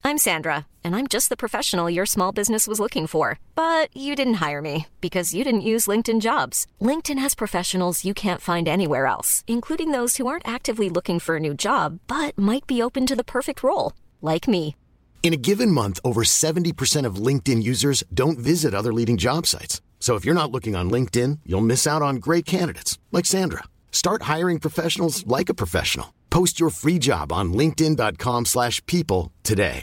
I'm Sandra, and I'm just the professional your small business was looking for. But you didn't hire me because you didn't use LinkedIn Jobs. LinkedIn has professionals you can't find anywhere else, including those who aren't actively looking for a new job, but might be open to the perfect role, like me. In a given month, over 70% of LinkedIn users don't visit other leading job sites. So if you're not looking on LinkedIn, you'll miss out on great candidates like Sandra. Start hiring professionals like a professional. Post your free job on linkedin.com/people today.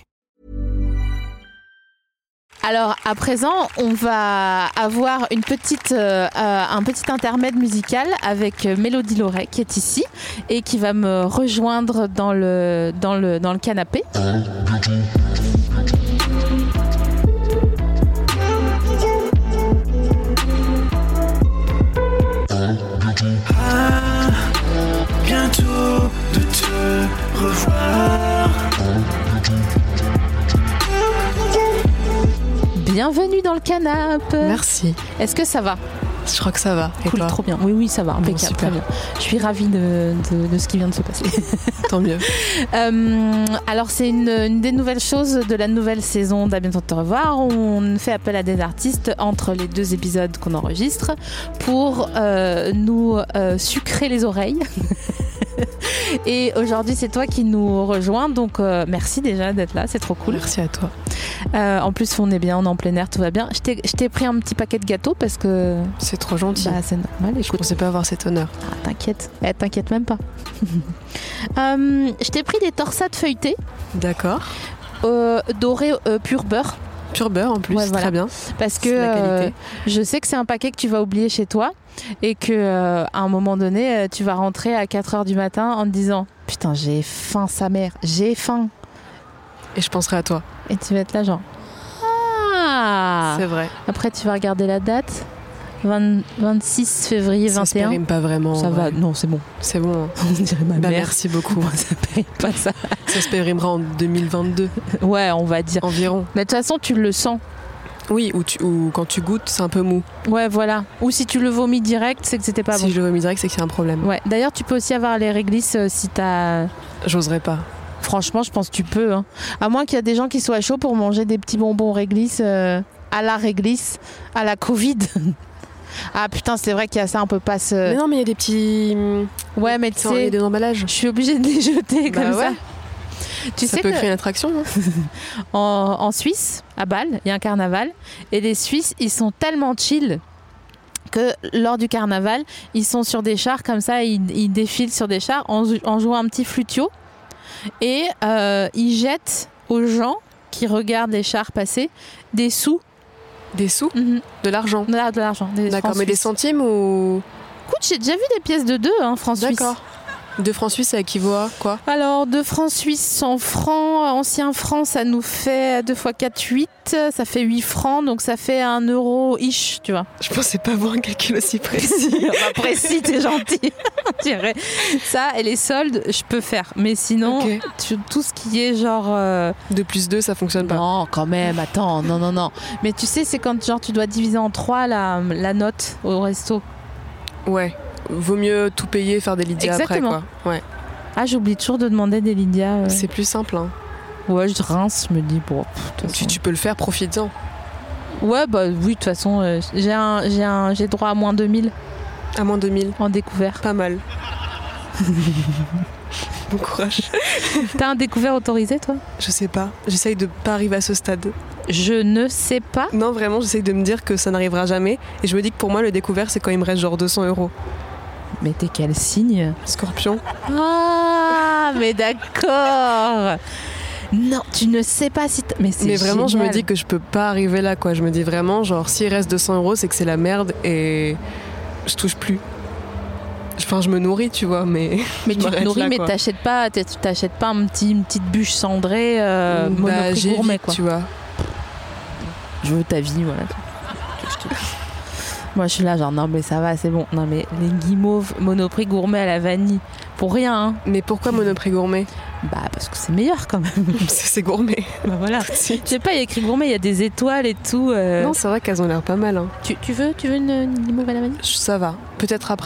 Alors à présent, on va avoir un petit intermède musical avec Mélodie Loret qui est ici et qui va me rejoindre dans le canapé. Bientôt de te revoir. Bienvenue dans le canapé. Merci. Est-ce que ça va ? Je crois que ça va. Et cool, toi ? trop bien. Oui, ça va. Impeccable. Bon, super. Très bien. Je suis ravie de ce qui vient de se passer. Tant mieux. Alors, c'est une des nouvelles choses de la nouvelle saison d'À bientôt de te revoir. On fait appel à des artistes entre les 2 épisodes qu'on enregistre pour nous sucrer les oreilles. Et aujourd'hui, c'est toi qui nous rejoins. Donc, merci déjà d'être là. C'est trop cool. Merci à toi. En plus, on est bien, on est en plein air, tout va bien. Je t'ai pris un petit paquet de gâteaux parce que... C'est trop gentil. Bah, c'est normal. Je pensais pas avoir cet honneur. Ah, t'inquiète. T'inquiète même pas. Je t'ai pris des torsades feuilletées. D'accord. Dorées pur beurre. Pur beurre en plus, ouais, voilà. Très bien. Parce que la qualité. Je sais que c'est un paquet que tu vas oublier chez toi et que à un moment donné, tu vas rentrer à 4h du matin en te disant « Putain, j'ai faim, sa mère, j'ai faim !» Et je penserai à toi. Et tu vas être là genre « Ah !» C'est vrai. Après, tu vas regarder la date. 26 février 21. Ça se périme pas vraiment. Ça va, non, c'est bon. C'est bon. On dirait ma mère. Merci beaucoup. Moi, ça périme pas ça. Ça se périmera en 2022. Ouais, on va dire. Environ. Mais de toute façon, tu le sens. Oui, ou quand tu goûtes, c'est un peu mou. Ouais, voilà. Ou si tu le vomis direct, c'est que c'était pas bon. Si je le vomis direct, c'est qu'il y a un problème. Ouais. D'ailleurs, tu peux aussi avoir les réglisses si t'as... J'oserais pas. Franchement, je pense que tu peux. Hein. À moins qu'il y a des gens qui soient chauds pour manger des petits bonbons réglisse à la réglisse, à la Covid. Ah putain, c'est vrai qu'il y a ça, on peut pas se... Mais non, mais il y a des petits... Ouais, mais tu sais... Il y a des emballages. Je suis obligée de les jeter comme ouais. ça. Tu ça sais peut que créer une attraction. Hein. en Suisse, à Bâle, il y a un carnaval. Et les Suisses, ils sont tellement chill que lors du carnaval, ils sont sur des chars comme ça, ils défilent sur des chars en jouant un petit flutio. Et ils jettent aux gens qui regardent les chars passer des sous. Des sous De l'argent. De l'argent. D'accord, mais des centimes ou... Écoute, j'ai déjà vu des pièces de 2, francs suisses. D'accord. 2 francs suisses, ça équivaut à quoi ? Alors, 2 francs suisses en francs, anciens francs, ça nous fait 2 x 4, 8. Ça fait 8 francs, donc ça fait 1 euro-ish, tu vois. Je pensais pas avoir un calcul aussi précis. Précis, t'es gentil. On dirait. Ça, et les soldes, je peux faire. Mais sinon, tout ce qui est genre... 2 plus 2, ça fonctionne pas. Non, quand même, attends, non. Mais tu sais, c'est quand genre tu dois diviser en 3 la note au resto. Ouais. Vaut mieux tout payer, faire des Lydia après, quoi. Ouais. Ah, j'oublie toujours de demander des Lydia. C'est plus simple, hein. Ouais, je rince, je me dis, bon... Tu peux le faire, profites-en. Ouais, bah oui, de toute façon, j'ai droit à moins 2000. À moins 2000 en découvert. Pas mal. Bon courage. T'as un découvert autorisé, toi ? Je sais pas. J'essaye de pas arriver à ce stade. Je ne sais pas. Non, vraiment, j'essaye de me dire que ça n'arrivera jamais. Et je me dis que pour moi, le découvert, c'est quand il me reste genre 200 €. Mais t'es quel signe ? Scorpion. Ah, mais d'accord. Non, tu ne sais pas si... Mais vraiment, génial. Je me dis que je peux pas arriver là, quoi. Je me dis vraiment, genre, s'il reste 200 €, c'est que c'est la merde et je touche plus. Enfin, je me nourris, tu vois, mais... Mais tu te nourris, là, mais t'achètes pas une petite bûche cendrée Monoprix gourmet, quoi. Tu vois. Je veux ta vie, voilà. Moi, je suis là, genre, non, mais ça va, c'est bon. Non, mais les guimauves Monoprix gourmet à la vanille, pour rien, hein. Mais pourquoi Monoprix gourmet ? Bah, parce que c'est meilleur, quand même. C'est gourmet. Bah, voilà. Je sais pas, il y a écrit gourmet, il y a des étoiles et tout. Non, c'est vrai qu'elles ont l'air pas mal, hein. Tu veux une guimauve à la vanille ? Ça va. Peut-être après.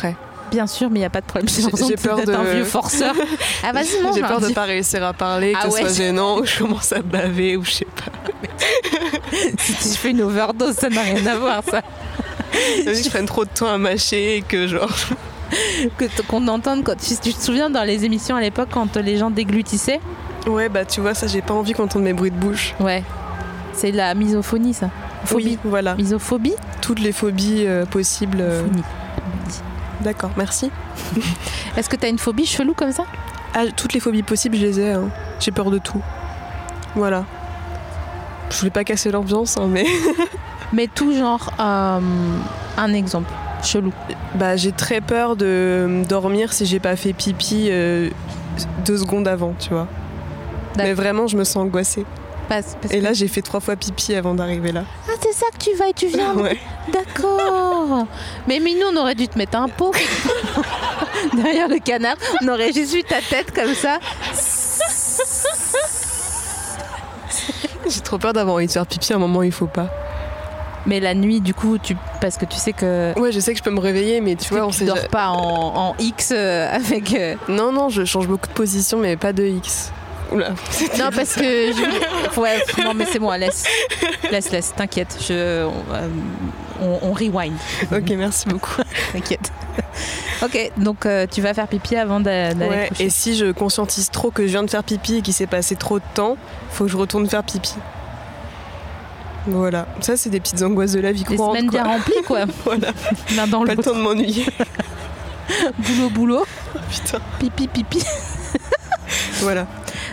Bien sûr, mais il n'y a pas de problème. J'ai l'impression J'ai que peur t'es un de- vieux forceur. Ah, vas-y, mange. J'ai peur de mardi. pas réussir à parler, que Ah ce ouais. soit gênant, ou je commence à baver, ou je sais pas. Si tu fais une overdose, ça n'a rien à voir, ça. Que je prenne trop de temps à mâcher et que genre. Qu'on entende. Tu te souviens dans les émissions à l'époque quand les gens déglutissaient? Ouais, bah tu vois, ça, j'ai pas envie qu'on entende mes bruits de bouche. Ouais. C'est la misophonie, ça. Phobie. Oui, voilà. Misophobie. Toutes les phobies possibles. Phonie. D'accord, merci. Est-ce que t'as une phobie chelou comme ça? Ah, toutes les phobies possibles, je les ai. Hein. J'ai peur de tout. Voilà. Je voulais pas casser l'ambiance, hein, mais. Mais tout genre, un exemple chelou. Bah, j'ai très peur de dormir si j'ai pas fait pipi 2 secondes avant, tu vois. Mais vraiment, je me sens angoissée. Et là, j'ai fait 3 fois pipi avant d'arriver là. Ah, c'est ça que tu vas et tu viens. Ouais. D'accord. Mais nous, on aurait dû te mettre un pot derrière le canapé. On aurait juste vu ta tête comme ça. J'ai trop peur d'avoir envie de faire pipi à un moment où il faut pas. Mais la nuit, du coup, parce que tu sais que. Ouais, je sais que je peux me réveiller, mais tu vois, on tu sait dors pas en X avec. Non, je change beaucoup de position, mais pas de X. Oula. Non, parce que. Ouais, non, mais c'est bon, laisse, t'inquiète. On rewind. Ok, merci beaucoup. T'inquiète. Ok, donc tu vas faire pipi avant d'aller Ouais, coucher. et si je conscientise trop que je viens de faire pipi et qu'il s'est passé trop de temps, faut que je retourne faire pipi. Voilà, ça c'est des petites angoisses de la vie Les courante. semaines bien remplies, quoi. Voilà, L'un dans pas le l'autre. temps de m'ennuyer. Boulot. Putain, Pipi. voilà.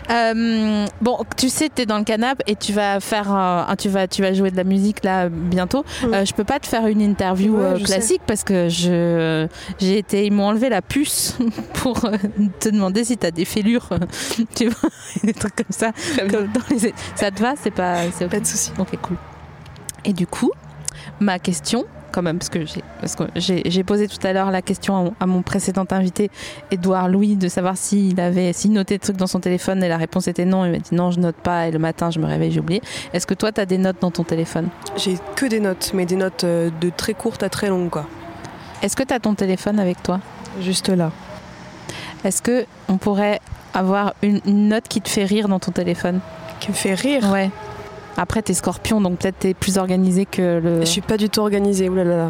Bon, tu sais, t'es dans le canapé et tu vas faire, tu vas jouer de la musique là bientôt. Je peux pas te faire une interview Ouais, je classique parce que ils m'ont enlevé la puce pour te demander si t'as des fêlures, tu vois, des trucs comme ça. Comme ça te va, c'est ok. Pas de souci. Ok, cool. Et du coup, ma question, quand même, parce que j'ai posé tout à l'heure la question à mon précédent invité, Édouard Louis, de savoir s'il notait des trucs dans son téléphone, et la réponse était non. Il m'a dit non, je note pas, et le matin je me réveille, j'ai oublié. Est-ce que toi tu as des notes dans ton téléphone? J'ai que des notes, mais des notes de très courtes à très longues, quoi. Est-ce que tu as ton téléphone avec toi? Juste là. Est-ce que on pourrait avoir une note qui te fait rire dans ton téléphone? Qui me fait rire. Ouais. Après, t'es Scorpion, donc peut-être t'es plus organisé que le. Je suis pas du tout organisée, oulala.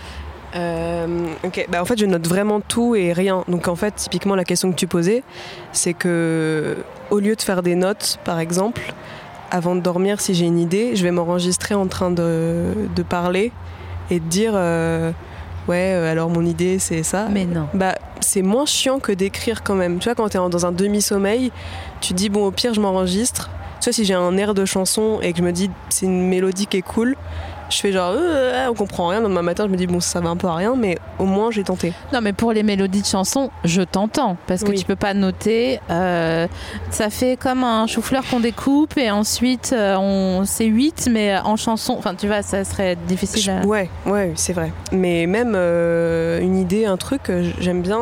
Ok, bah en fait je note vraiment tout et rien. Donc en fait typiquement la question que tu posais, c'est que au lieu de faire des notes par exemple, avant de dormir si j'ai une idée, je vais m'enregistrer en train de parler et de dire alors mon idée c'est ça. Mais non. Bah c'est moins chiant que d'écrire quand même. Tu vois quand t'es dans un demi-sommeil, tu dis bon au pire je m'enregistre. Tu vois si j'ai un air de chanson et que je me dis c'est une mélodie qui est cool, je fais genre on comprend rien. Le lendemain matin je me dis bon ça va un peu à rien, mais au moins j'ai tenté. Non, mais pour les mélodies de chansons, je t'entends parce que Oui. tu peux pas noter. Ça fait comme un chou-fleur qu'on découpe et ensuite c'est 8, mais en chanson. Enfin, tu vois, ça serait difficile. Ouais, c'est vrai. Mais même une idée, un truc, j'aime bien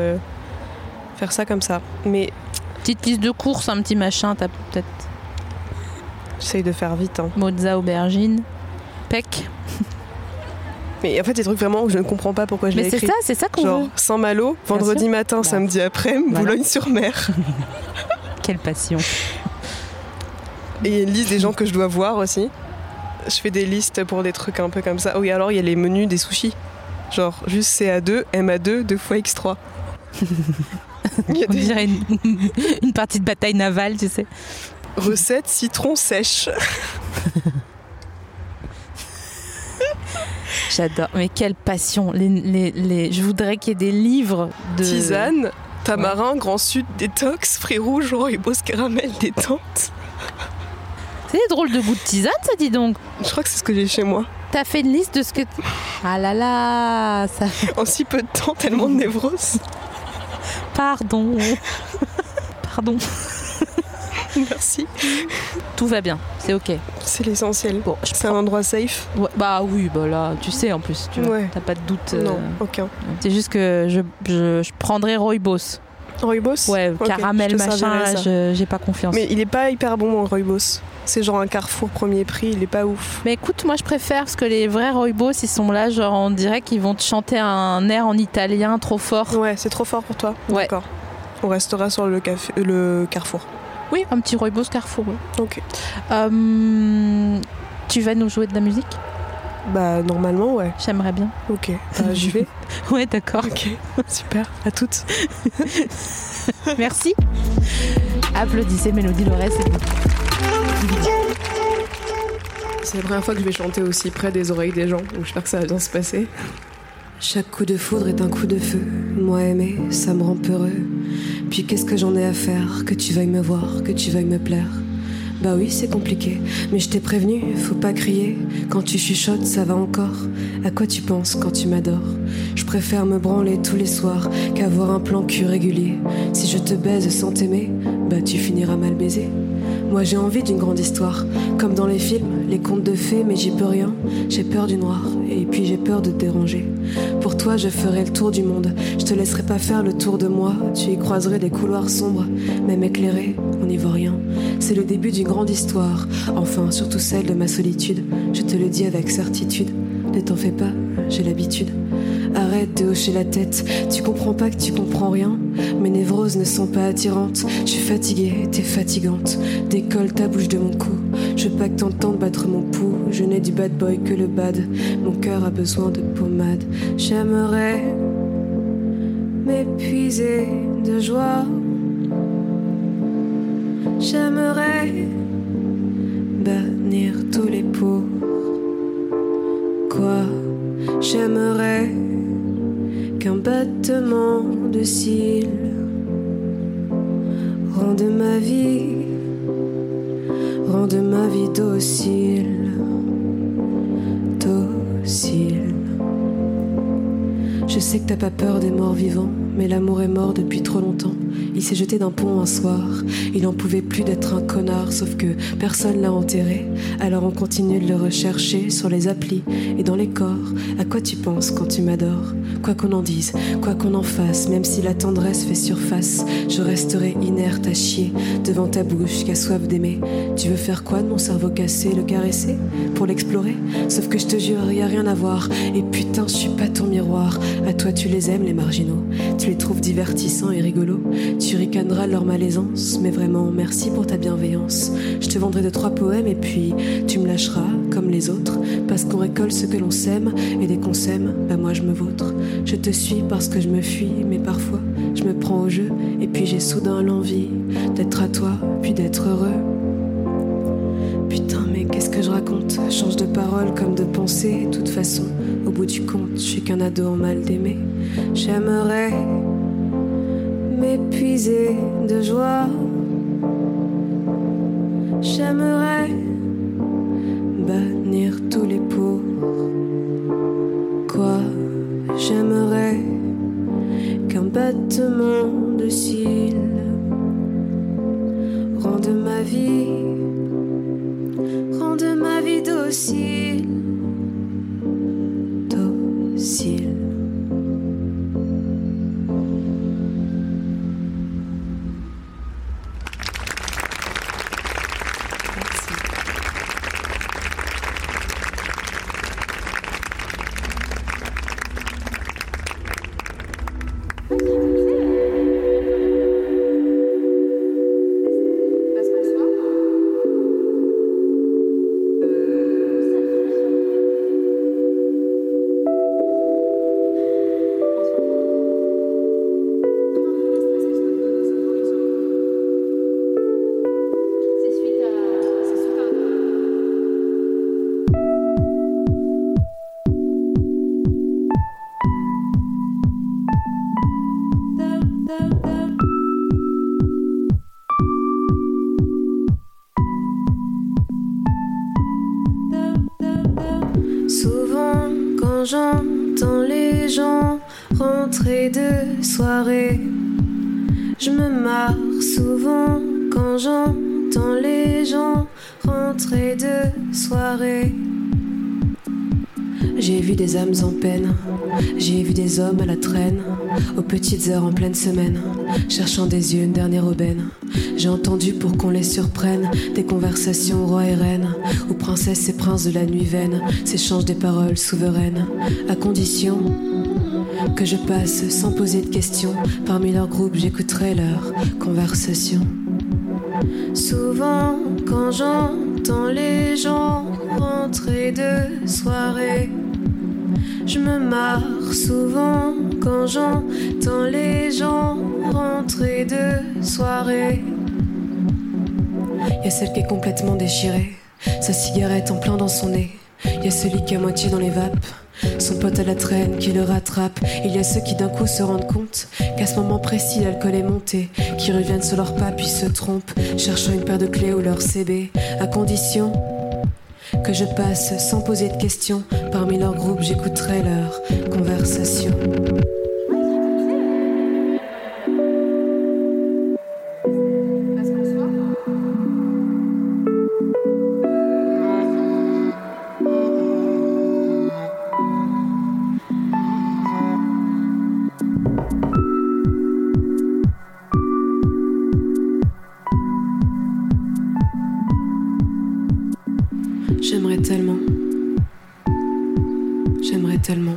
faire ça comme ça. Mais Petite liste de courses, un petit machin. T'as peut-être j'essaye de faire vite. Hein. mozza, aubergine, pec. Mais en fait, des trucs vraiment où je ne comprends pas pourquoi je l'ai Mais écrit. c'est ça qu'on Genre veut. Saint-Malo, vendredi matin, samedi après, Boulogne-sur-Mer. Quelle passion. Et il y a une liste des gens que je dois voir aussi. Je fais des listes pour des trucs un peu comme ça. Oui, alors il y a les menus des sushis. Genre juste CA2, MA2, 2 fois X3. On dirait une partie de bataille navale, tu sais. Recette citron sèche. J'adore. Mais quelle passion. Je voudrais qu'il y ait des livres de... Tisane, tamarin, grand sud, détox, fruits rouges, rooibos, caramel, détente. C'est des drôles de goût de tisane, ça, dis donc. Je crois que c'est ce que j'ai chez moi. T'as fait une liste de ce que... Ah là là, ça... En si peu de temps, tellement de névrose. Pardon. Merci. Tout va bien, c'est ok. C'est l'essentiel. Bon, c'est un endroit safe. Ouais, bah oui, bah là, tu sais en plus, tu vois, Ouais. t'as pas de doute. Non, aucun. C'est juste que je prendrai rooibos. Rooibos. Ouais, Ok, caramel je te machin, servirai ça. là, j'ai pas confiance. Mais il est pas hyper bon mon Rooibos. C'est genre un Carrefour premier prix, il est pas ouf. Mais écoute, moi je préfère parce que les vrais Rooibos, ils sont là, genre on dirait qu'ils vont te chanter un air en italien trop fort. Ouais, c'est trop fort pour toi. Ouais. D'accord. On restera sur le Carrefour. Oui, un petit Rooibos Carrefour. Ouais. Ok. Tu vas nous jouer de la musique ? Bah normalement ouais. J'aimerais bien. Ok. Bah, j'y vais. Ouais, d'accord. Ok. Super. À toutes. Merci. Applaudissez Mélodie Laurès. C'est la première fois que je vais chanter aussi près des oreilles des gens, donc j'espère que ça va bien se passer. Chaque coup de foudre est un coup de feu. Moi aimer, ça me rend peureux. Puis qu'est-ce que j'en ai à faire? Que tu veuilles me voir, que tu veuilles me plaire. Bah oui, c'est compliqué, mais je t'ai prévenu, faut pas crier. Quand tu chuchotes, ça va encore. À quoi tu penses quand tu m'adores? Je préfère me branler tous les soirs qu'avoir un plan cul régulier. Si je te baise sans t'aimer, bah tu finiras mal baisé. Moi j'ai envie d'une grande histoire, comme dans les films, les contes de fées, mais j'y peux rien. J'ai peur du noir, et puis j'ai peur de te déranger. Pour toi je ferai le tour du monde, je te laisserai pas faire le tour de moi. Tu y croiserais des couloirs sombres, même éclairés, on n'y voit rien. C'est le début d'une grande histoire, enfin surtout celle de ma solitude. Je te le dis avec certitude, ne t'en fais pas, j'ai l'habitude. Arrête de hocher la tête, tu comprends pas que tu comprends rien. Mes névroses ne sont pas attirantes, je suis fatiguée, t'es fatigante. Décolle ta bouche de mon cou, je veux pas que t'entendes battre mon pouls. Je n'ai du bad boy que le bad, mon cœur a besoin de pommade. J'aimerais m'épuiser de joie, j'aimerais bannir tous les pauvres. Quoi, j'aimerais qu'un battement de cils rende ma vie docile, docile. Je sais que t'as pas peur des morts vivants, mais l'amour est mort depuis trop longtemps. Il s'est jeté d'un pont un soir, il en pouvait plus d'être un connard, sauf que personne l'a enterré. Alors on continue de le rechercher sur les applis et dans les corps. À quoi tu penses quand tu m'adores? Quoi qu'on en dise, quoi qu'on en fasse, même si la tendresse fait surface, je resterai inerte à chier devant ta bouche qui a soif d'aimer. Tu veux faire quoi de mon cerveau cassé? Le caresser? Pour l'explorer? Sauf que je te jure, y a rien à voir. Et putain, je suis pas ton miroir. À toi tu les aimes les marginaux, tu les trouves divertissants et rigolos. Tu ricaneras leur malaisance, mais vraiment merci pour ta bienveillance. Je te vendrai 2-3 poèmes et puis tu me lâcheras comme les autres, parce qu'on récolte ce que l'on sème, et dès qu'on sème, bah moi je me vautre. Je te suis parce que je me fuis, mais parfois je me prends au jeu, et puis j'ai soudain l'envie d'être à toi, puis d'être heureux. Putain mais qu'est-ce que je raconte? Change de parole comme de pensée, de toute façon, au bout du compte, je suis qu'un ado en mal d'aimer. J'aimerais m'épuiser de joie, j'aimerais bannir tous les pauvres. Quoi, j'aimerais qu'un battement de cils rende ma vie docile, docile. Quand j'entends les gens rentrer de soirée, je me marre souvent quand j'entends les gens rentrer de soirée. J'ai vu des âmes en peine, j'ai vu des hommes à la traîne, aux petites heures en pleine semaine, cherchant des yeux une dernière aubaine. J'ai entendu pour qu'on les surprenne des conversations roi et reine, où princesses et princes de la nuit vaine s'échangent des paroles souveraines, à condition que je passe sans poser de questions. Parmi leur groupe j'écouterai leurs conversations. Souvent quand j'entends les gens rentrer de soirée, je me marre. Souvent quand j'entends les gens rentrer de soirée. Y'a celle qui est complètement déchirée, sa cigarette en plein dans son nez. Y'a celui qui est à moitié dans les vapes, son pote à la traîne qui le rattrape. Il y a ceux qui d'un coup se rendent compte qu'à ce moment précis l'alcool est monté, qui reviennent sur leurs pas puis se trompent, cherchant une paire de clés ou leur CB, à condition que je passe sans poser de questions. Parmi leur groupe j'écouterai leurs conversations. J'aimerais tellement, j'aimerais tellement,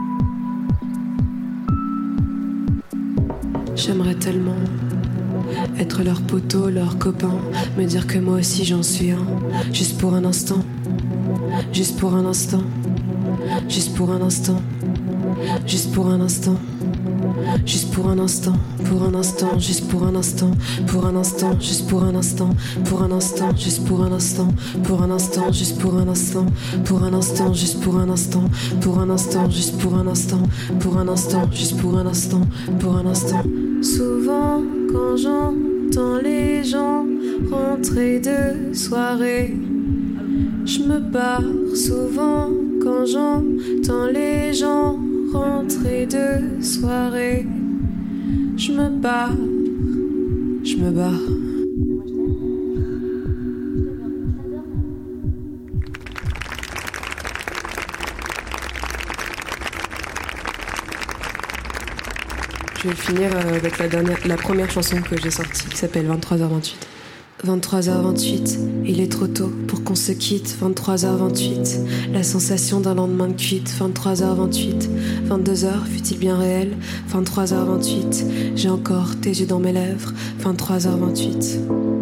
j'aimerais tellement être leur poteau, leur copain, me dire que moi aussi j'en suis un, juste pour un instant, juste pour un instant, juste pour un instant, juste pour un instant. Juste pour un instant, pour un instant, juste pour un instant, pour un instant, juste pour un instant, pour un instant, juste pour un instant, pour un instant, juste pour un instant, pour un instant, juste pour un instant, pour un instant, juste pour un instant, pour un instant, juste pour un instant, pour un instant. Souvent quand j'entends les gens rentrer de soirée, je me barre. Souvent quand j'entends les gens rentrer de soirée, je me barre, je me barre. Je vais finir avec la première chanson que j'ai sortie qui s'appelle 23h28. 23h28, il est trop tôt pour qu'on se quitte. 23h28, la sensation d'un lendemain de cuite. 23h28, 22h, fut-il bien réel? 23h28, j'ai encore tes yeux dans mes lèvres. 23h28.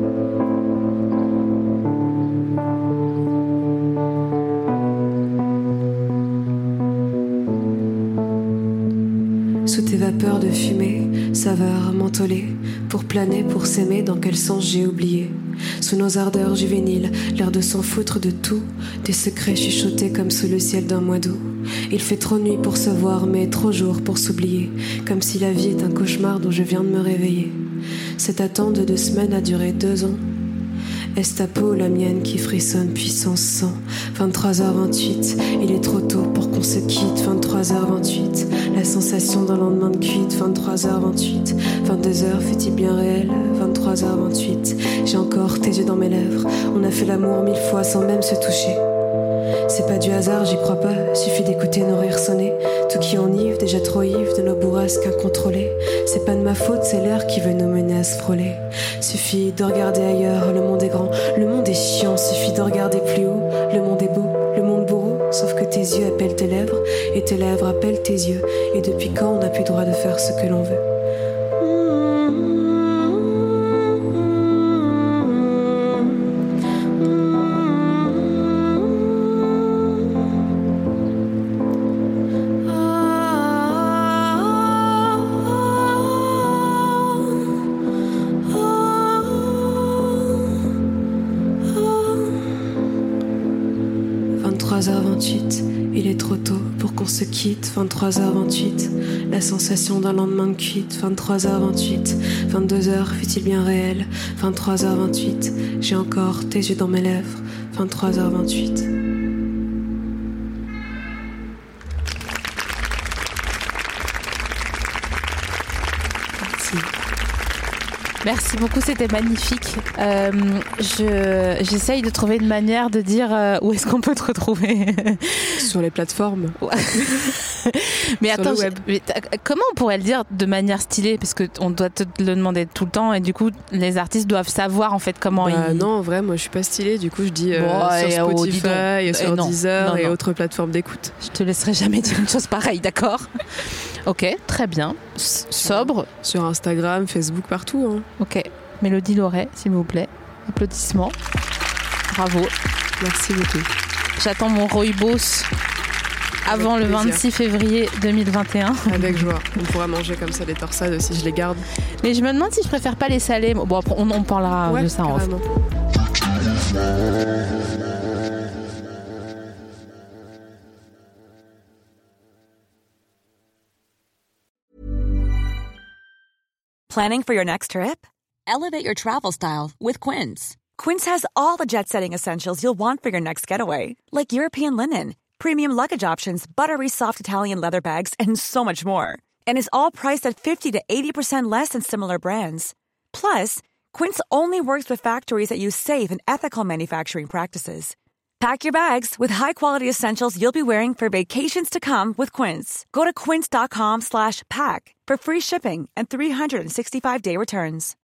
Sous tes vapeurs de fumée, saveur mentholée, pour planer, pour s'aimer, dans quel sens j'ai oublié. Sous nos ardeurs juvéniles, l'air de s'en foutre de tout, des secrets chuchotés comme sous le ciel d'un mois d'août. Il fait trop nuit pour se voir, mais trop jour pour s'oublier, comme si la vie est un cauchemar dont je viens de me réveiller. Cette attente de 2 semaines a duré 2 ans. Est-ce ta peau, la mienne, qui frissonne puissance sang? 23h28, il est trop tôt pour qu'on se quitte. 23h28, la sensation d'un lendemain de cuite. 23h28, 22h, fait-il bien réel? 23h28, j'ai encore tes yeux dans mes lèvres. On a fait l'amour 1000 fois sans même se toucher. C'est pas du hasard, j'y crois pas, suffit d'écouter nos rires sonner. Tout qui enivre, déjà trop ivre de nos bourrasques incontrôlées. C'est pas de ma faute, c'est l'air qui veut nous mener à se frôler. Suffit de regarder ailleurs, le monde est grand, le monde est chiant. Suffit de regarder plus haut, le monde est beau, le monde bourreau. Sauf que tes yeux appellent tes lèvres, et tes lèvres appellent tes yeux. Et depuis quand on n'a plus le droit de faire ce que l'on veut? 23h28, il est trop tôt pour qu'on se quitte. 23h28, la sensation d'un lendemain de cuite. 23h28, 22h, fut-il bien réel? 23h28, j'ai encore tes yeux dans mes lèvres. 23h28. Merci. Merci beaucoup, c'était magnifique. J'essaye de trouver une manière de dire où est-ce qu'on peut te retrouver. Sur les plateformes. Mais sur attends, le web. Comment on pourrait le dire de manière stylée, parce qu'on doit te le demander tout le temps et du coup les artistes doivent savoir en fait comment ils... Non, en vrai, moi je suis pas stylée, du coup je dis Bon, sur Spotify, sur Deezer et non. autres plateformes d'écoute. Je te laisserai jamais dire une chose pareille, d'accord? Ok, très bien. Sobre. Sur Instagram, Facebook, partout. Hein. Ok. Mélodie Loret, s'il vous plaît. Applaudissements. Bravo. Merci beaucoup. J'attends mon rooibos avant le 26 février 2021. Avec joie. On pourra manger comme ça des torsades aussi, je les garde. Mais je me demande si je préfère pas les salés. Bon, après, on parlera de ça en off. Planning for your next trip? Elevate your travel style with Quince. Quince has all the jet-setting essentials you'll want for your next getaway, like European linen, premium luggage options, buttery soft Italian leather bags, and so much more. And is all priced at 50 to 80% less than similar brands. Plus, Quince only works with factories that use safe and ethical manufacturing practices. Pack your bags with high-quality essentials you'll be wearing for vacations to come with Quince. Go to quince.com/pack for free shipping and 365-day returns.